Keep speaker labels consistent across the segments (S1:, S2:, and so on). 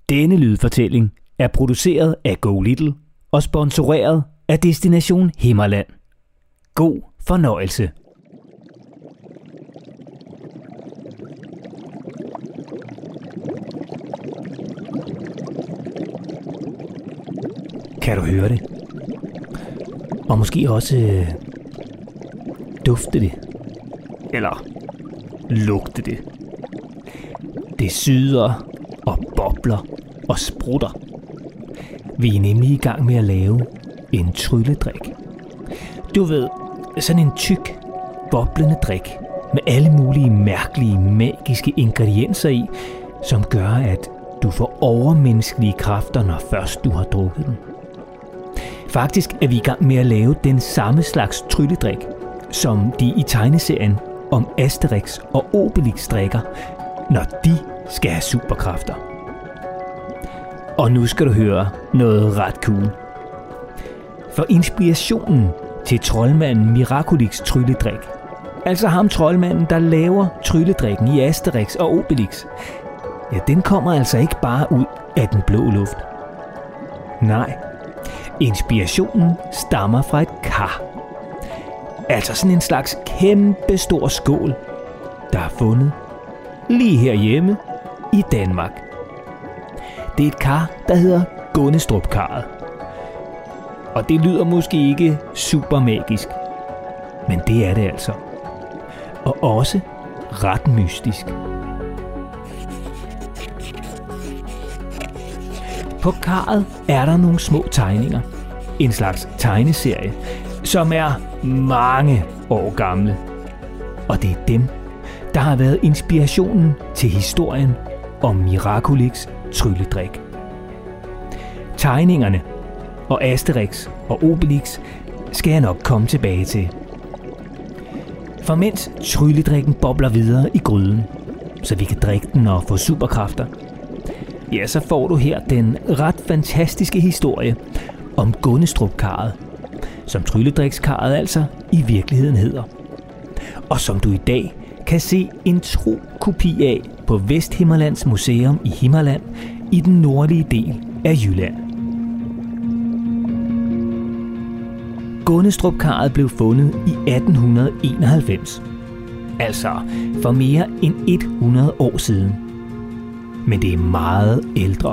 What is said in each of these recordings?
S1: Denne lydfortælling er produceret af Go Little og sponsoreret af Destination Himmerland. God fornøjelse. Kan du høre det? Og måske også dufte det. Eller lugte det. Det syder og bobler og sprutter. Vi er nemlig i gang med at lave en trylledrik. Du ved, sådan en tyk, boblende drik med alle mulige mærkelige, magiske ingredienser i, som gør, at du får overmenneskelige kræfter, når først du har drukket den. Faktisk er vi i gang med at lave den samme slags trylledrik, som de i tegneserien om Asterix og Obelix drikker, når de skal have superkræfter. Og nu skal du høre noget ret cool. For inspirationen til troldmanden Miraculix trylledrik, altså ham troldmanden, der laver trylledrikken i Asterix og Obelix, ja, den kommer altså ikke bare ud af den blå luft. Nej, inspirationen stammer fra et kar. Altså sådan en slags kæmpe stor skål, der er fundet lige herhjemme i Danmark. Det er et kar, der hedder Gunnestrup-karret. Og det lyder måske ikke super magisk, men det er det altså. Og også ret mystisk. På karret er der nogle små tegninger. En slags tegneserie, som er mange år gamle. Og det er dem, der har været inspirationen til historien om Miraculix trylledrik. Tegningerne og Asterix og Obelix skal jeg nok komme tilbage til. For mens trylledrikken bobler videre i gryden, så vi kan drikke den og få superkræfter, ja, så får du her den ret fantastiske historie om Gunnestrup-karret, som trylledrikskarret altså i virkeligheden hedder. Og som du i dag kan se en tro kopi af på Vesthimmerlands Museum i Himmerland i den nordlige del af Jylland. Gunnestrup-karret blev fundet i 1891, altså for mere end 100 år siden. Men det er meget ældre.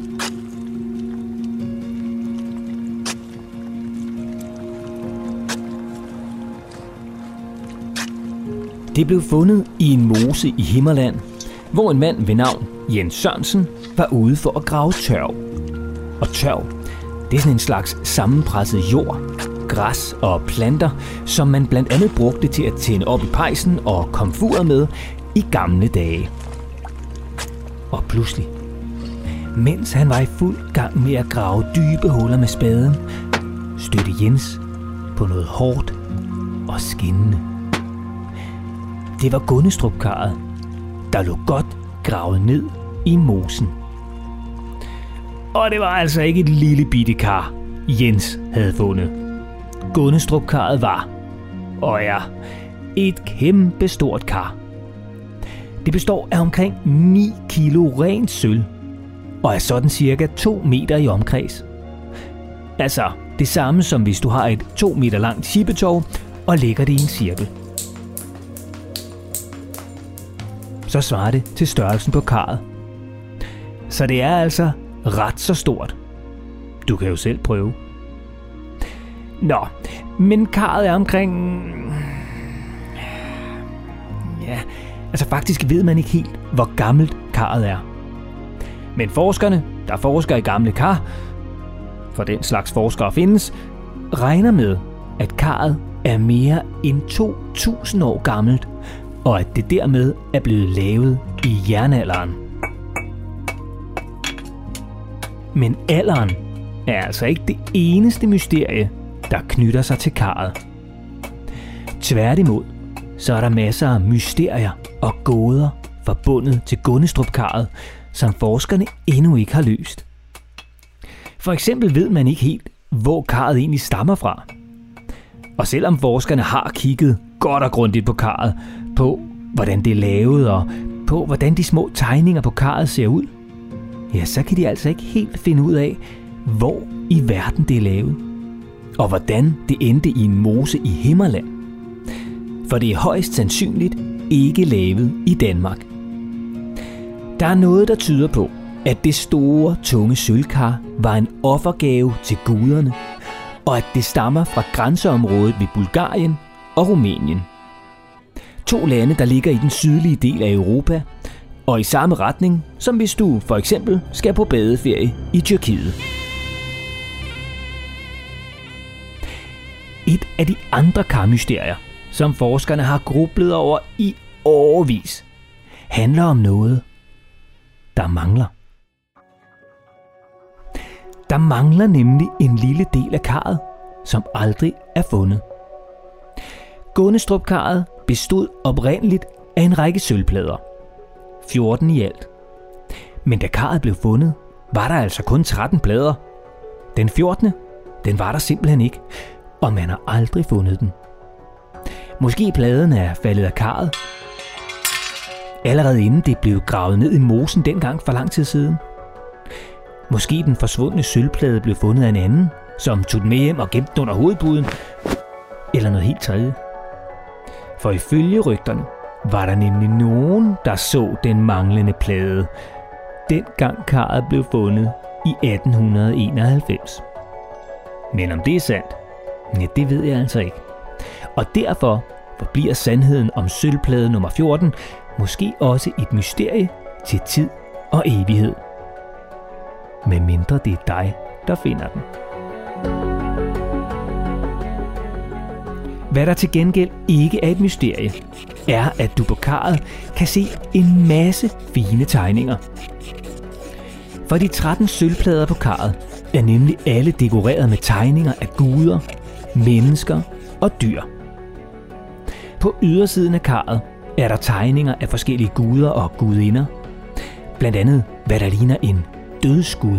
S1: Det blev fundet i en mose i Himmerland, hvor en mand ved navn Jens Sørensen var ude for at grave tørv. Og tørv, det er sådan en slags sammenpresset jord, græs og planter, som man blandt andet brugte til at tænde op i pejsen og komfuret med i gamle dage. Og pludselig, mens han var i fuld gang med at grave dybe huller med spaden, stødte Jens på noget hårdt og skinnende. Det var Gunnestrup-karret, der lå godt gravet ned i mosen. Og det var altså ikke et lille bitte kar, Jens havde fundet. Gunnestrup-karret var, og ja, et kæmpe stort kar. Det består af omkring 9 kilo rent sølv, og er sådan cirka 2 meter i omkreds. Altså det samme som hvis du har et 2 meter langt chippetov og lægger det i en cirkel. Så svarer det til størrelsen på karret. Så det er altså ret så stort. Du kan jo selv prøve. Nå, men karret er omkring... Ja, altså faktisk ved man ikke helt, hvor gammelt karret er. Men forskerne, der forsker i gamle kar, for den slags forskere findes, regner med, at karret er mere end 2000 år gammelt, og at det dermed er blevet lavet i jernalderen. Men alderen er altså ikke det eneste mysterie, der knytter sig til karret. Tværtimod, så er der masser af mysterier og gåder forbundet til Gunnestrup-karret, som forskerne endnu ikke har løst. For eksempel ved man ikke helt, hvor karret egentlig stammer fra. Og selvom forskerne har kigget godt og grundigt på karret, på hvordan det er lavet og på hvordan de små tegninger på karret ser ud, ja, så kan de altså ikke helt finde ud af, hvor i verden det er lavet, og hvordan det endte i en mose i Himmerland. For det er højst sandsynligt ikke lavet i Danmark. Der er noget, der tyder på, at det store, tunge sølvkar var en offergave til guderne, og at det stammer fra grænseområdet ved Bulgarien og Rumænien. 2 lande, der ligger i den sydlige del af Europa, og i samme retning, som hvis du for eksempel skal på badeferie i Tyrkiet. Et af de andre karmysterier, som forskerne har grublet over i årevis, handler om noget, der mangler. Der mangler nemlig en lille del af karret, som aldrig er fundet. Gunnestrup-karret bestod oprindeligt af en række sølvplader. 14 i alt. Men da karret blev fundet, var der altså kun 13 plader. Den 14. den var der simpelthen ikke, og man har aldrig fundet den. Måske pladen er faldet af karret, allerede inden det blev gravet ned i mosen dengang for lang tid siden. Måske den forsvundne sølvplade blev fundet af en anden, som tog den med hjem og gemte den under hovedpuden, eller noget helt tredje. For ifølge rygterne var der nemlig nogen, der så den manglende plade, dengang karret blev fundet i 1891. Men om det er sandt, ja, det ved jeg altså ikke. Og derfor forbliver sandheden om sølvplade nummer 14 måske også et mysterie til tid og evighed. Med mindre det er dig, der finder den. Hvad der til gengæld ikke er et mysterie, er, at du på karret kan se en masse fine tegninger. For de 13 sølvplader på karret er nemlig alle dekoreret med tegninger af guder, mennesker og dyr. På ydersiden af karret er der tegninger af forskellige guder og gudinder. Blandt andet, hvad der ligner en dødsgud,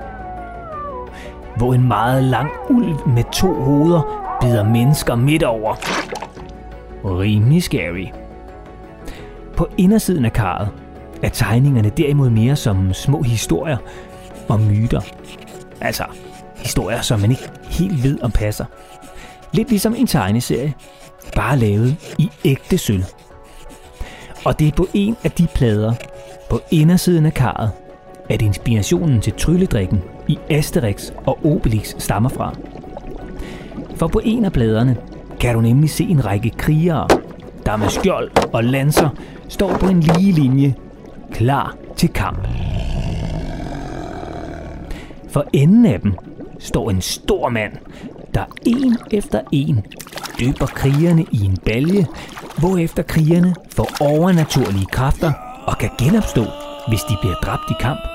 S1: hvor en meget lang ulv med 2 hoveder bider mennesker midt over. Rimelig scary. På indersiden af karret er tegningerne derimod mere som små historier og myter. Altså historier, som man ikke helt ved om passer. Lidt ligesom en tegneserie, bare lavet i ægte sølv. Og det er på en af de plader, på indersiden af karret, at inspirationen til trylledrikken i Asterix og Obelix stammer fra. For på en af pladerne kan du nemlig se en række krigere, der med skjold og lanser står på en lige linje, klar til kamp. For enden af dem står en stor mand, der en efter en dypper krigerne i en balje, hvorefter krigerne får overnaturlige kræfter og kan genopstå, hvis de bliver dræbt i kamp.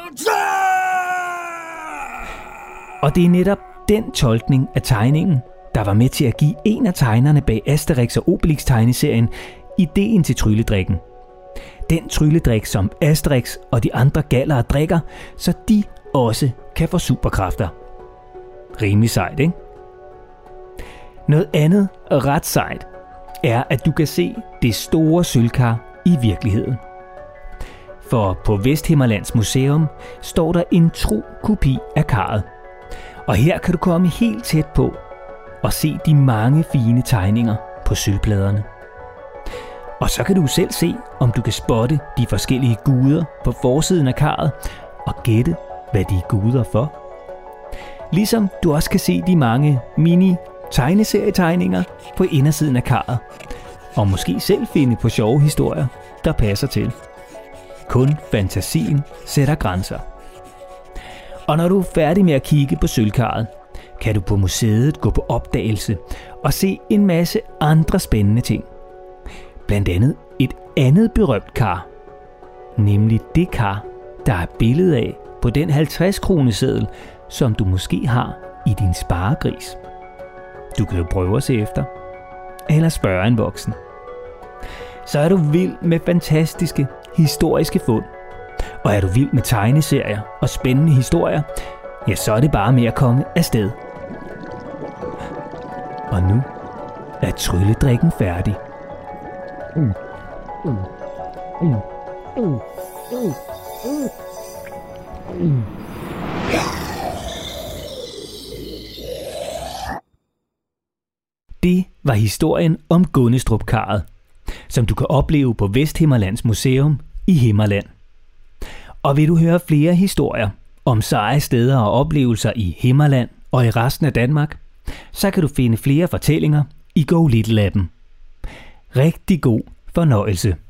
S1: Og det er netop den tolkning af tegningen, der var med til at give en af tegnerne bag Asterix og Obelix tegneserien ideen til trylledrikken. Den trylledrik, som Asterix og de andre gallere drikker, så de også kan få superkræfter. Rimelig sejt, ikke? Noget andet ret sejt er, at du kan se det store sølvkar i virkeligheden. For på Vesthimmerlands Museum står der en tro kopi af karret. Og her kan du komme helt tæt på og se de mange fine tegninger på sølvpladerne. Og så kan du selv se, om du kan spotte de forskellige guder på forsiden af karret og gætte, hvad de er guder for. Ligesom du også kan se de mange mini-tegneserietegninger på indersiden af karret, og måske selv finde på sjove historier, der passer til. Kun fantasien sætter grænser. Og når du er færdig med at kigge på sølvkarret, kan du på museet gå på opdagelse og se en masse andre spændende ting. Blandt andet et andet berømt kar, nemlig det kar, der er billede af på den 50-kroneseddel, som du måske har i din sparegris. Du kan jo prøve at se efter, eller spørge en voksen. Så er du vild med fantastiske historiske fund, og er du vild med tegneserier og spændende historier, ja, så er det bare med at komme afsted. Og nu er trylledrikken færdig. Det var historien om Gunnestrup-karret, som du kan opleve på Vesthimmerlands Museum i Himmerland. Og vil du høre flere historier om seje steder og oplevelser i Himmerland og i resten af Danmark, så kan du finde flere fortællinger i Go Little-appen. Rigtig god fornøjelse.